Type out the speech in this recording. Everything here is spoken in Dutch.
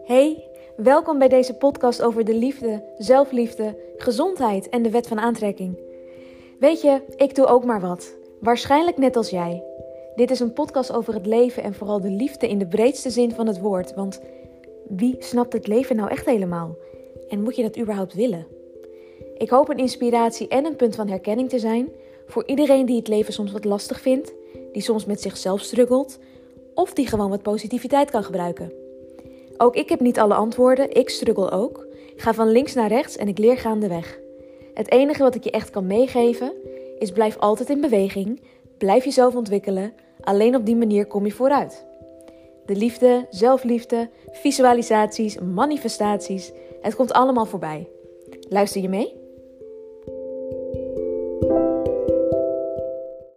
Hey, welkom bij deze podcast over de liefde, zelfliefde, gezondheid en de wet van aantrekking. Weet je, ik doe ook maar wat. Waarschijnlijk net als jij. Dit is een podcast over het leven en vooral de liefde in de breedste zin van het woord. Want wie snapt het leven nou echt helemaal? En moet je dat überhaupt willen? Ik hoop een inspiratie en een punt van herkenning te zijn voor iedereen die het leven soms wat lastig vindt, die soms met zichzelf struggelt of die gewoon wat positiviteit kan gebruiken. Ook ik heb niet alle antwoorden, ik struggle ook. Ik ga van links naar rechts en ik leer gaandeweg. Het enige wat ik je echt kan meegeven is blijf altijd in beweging, blijf jezelf ontwikkelen, alleen op die manier kom je vooruit. De liefde, zelfliefde, visualisaties, manifestaties, het komt allemaal voorbij. Luister je mee?